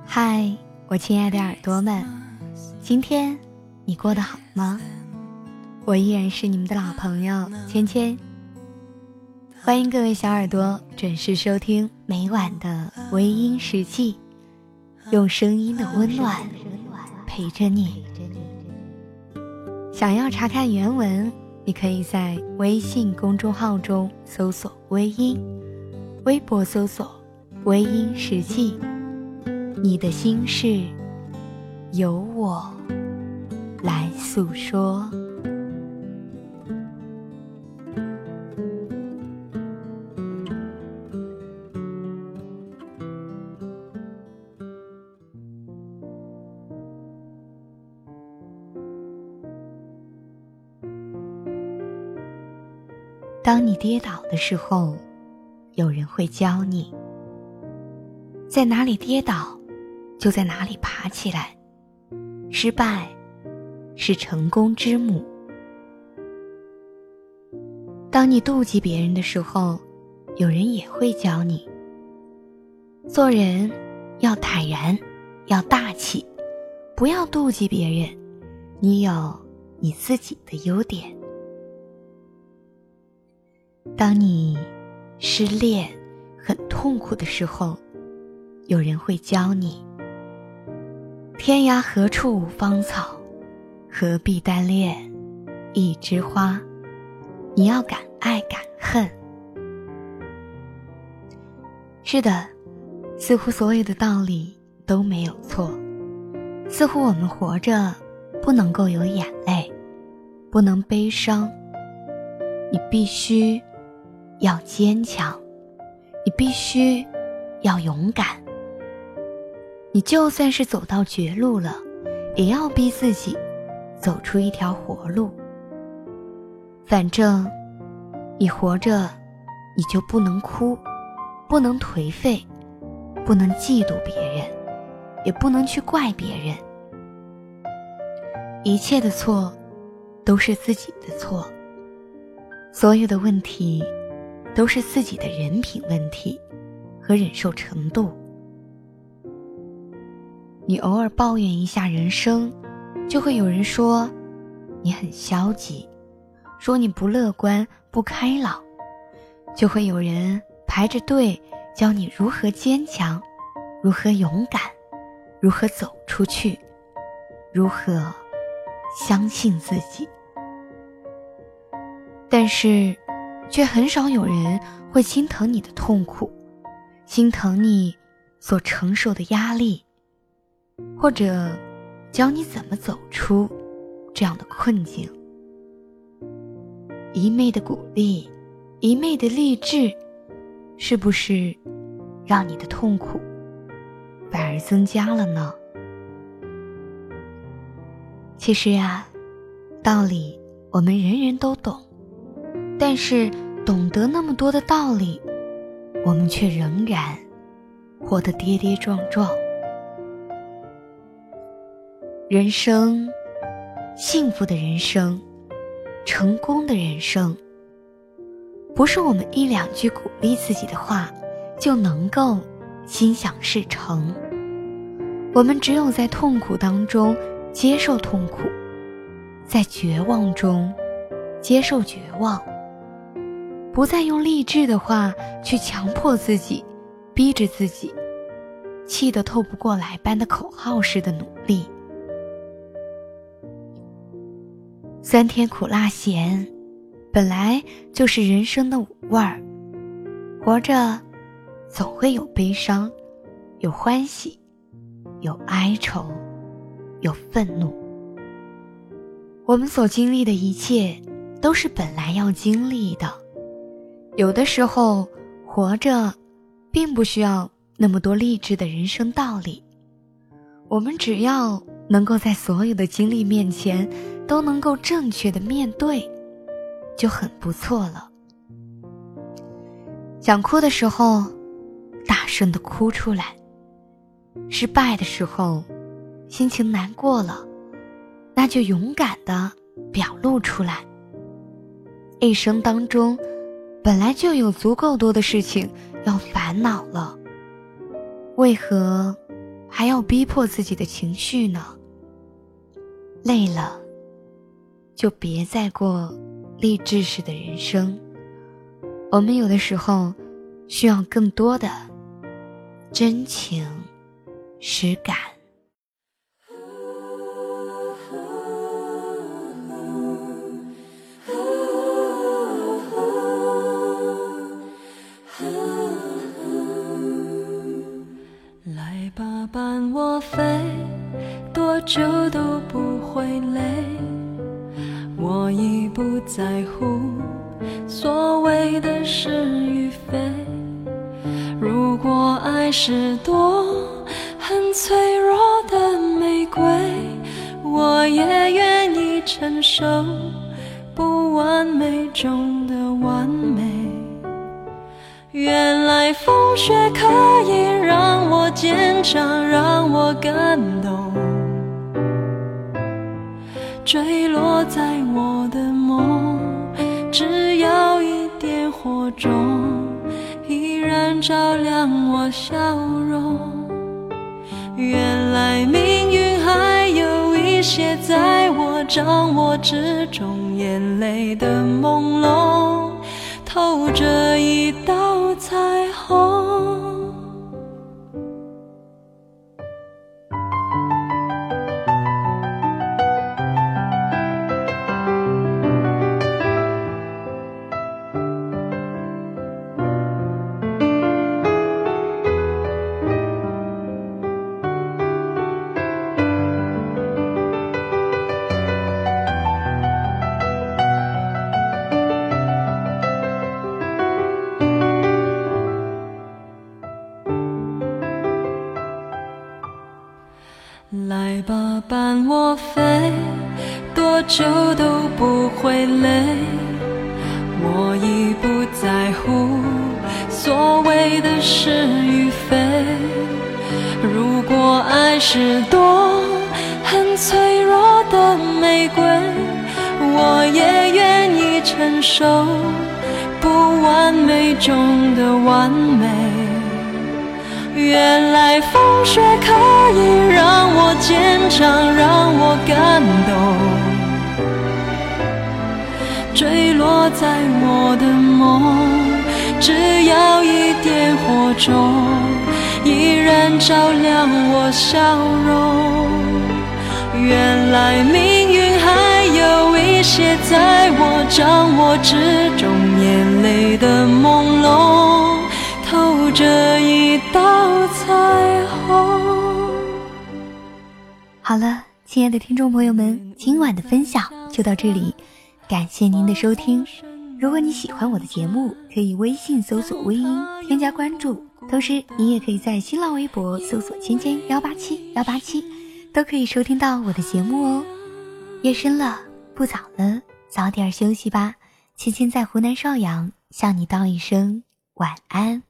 嗨，我亲爱的耳朵们，今天你过得好吗？我依然是你们的老朋友芊芊，欢迎各位小耳朵准时收听每晚的微音时记，用声音的温暖陪着你。想要查看原文，你可以在微信公众号中搜索微音，微博搜索微音时记，你的心事由我来诉说。当你跌倒的时候，有人会教你，在哪里跌倒就在哪里爬起来，失败是成功之母。当你妒忌别人的时候，有人也会教你，做人要坦然，要大气，不要妒忌别人，你有你自己的优点。当你失恋很痛苦的时候，有人会教你，天涯何处无芳草，何必单恋一枝花，你要敢爱敢恨。是的，似乎所有的道理都没有错，似乎我们活着不能够有眼泪，不能悲伤，你必须要坚强，你必须要勇敢。你就算是走到绝路了，也要逼自己走出一条活路。反正你活着，你就不能哭，不能颓废，不能嫉妒别人，也不能去怪别人。一切的错都是自己的错，所有的问题都是自己的人品问题和忍受程度。你偶尔抱怨一下人生，就会有人说你很消极，说你不乐观不开朗，就会有人排着队教你如何坚强，如何勇敢，如何走出去，如何相信自己。但是却很少有人会心疼你的痛苦，心疼你所承受的压力，或者教你怎么走出这样的困境。一昧的鼓励，一昧的励志，是不是让你的痛苦反而增加了呢？其实啊，道理我们人人都懂，但是懂得那么多的道理，我们却仍然活得跌跌撞撞。人生，幸福的人生，成功的人生，不是我们一两句鼓励自己的话就能够心想事成。我们只有在痛苦当中接受痛苦，在绝望中接受绝望，不再用励志的话去强迫自己，逼着自己，气得透不过来般的口号式的努力。酸甜苦辣咸，本来就是人生的五味儿。活着总会有悲伤，有欢喜，有哀愁，有愤怒。我们所经历的一切都是本来要经历的。有的时候活着并不需要那么多励志的人生道理，我们只要能够在所有的经历面前都能够正确的面对，就很不错了。想哭的时候大声地哭出来，失败的时候心情难过了，那就勇敢地表露出来。一生当中本来就有足够多的事情要烦恼了，为何还要逼迫自己的情绪呢？累了，就别再过励志式的人生。我们有的时候需要更多的真情实感。 来吧，伴我飞，多久都不会累。我已不在乎所谓的是与非。如果爱是朵很脆弱的玫瑰，我也愿意承受不完美中的完美。原来风雪可以让我坚强，让我感动，坠落在我的梦，只要一点火种，依然照亮我笑容。原来命运还有一些在我掌握之中，眼泪的朦胧透着一道彩虹。来吧，伴我飞，多久都不会累。我已不在乎所谓的是与非。如果爱是朵很脆弱的玫瑰，我也愿意承受不完美中的完美。原来风雪可以让我坚强，让我感动，坠落在我的梦，只要一点火种，依然照亮我笑容。原来命运还有一些在我掌握之中，眼泪的朦胧透着一道彩虹。 好了，亲爱的听众朋友们，今晚的分享就到这里，感谢您的收听。如果你喜欢我的节目，可以微信搜索微音添加关注，同时你也可以在新浪微博搜索18187，都可以收听到我的节目哦。夜深了，不早了，早点休息吧。芊芊在湖南邵阳向你道一声晚安。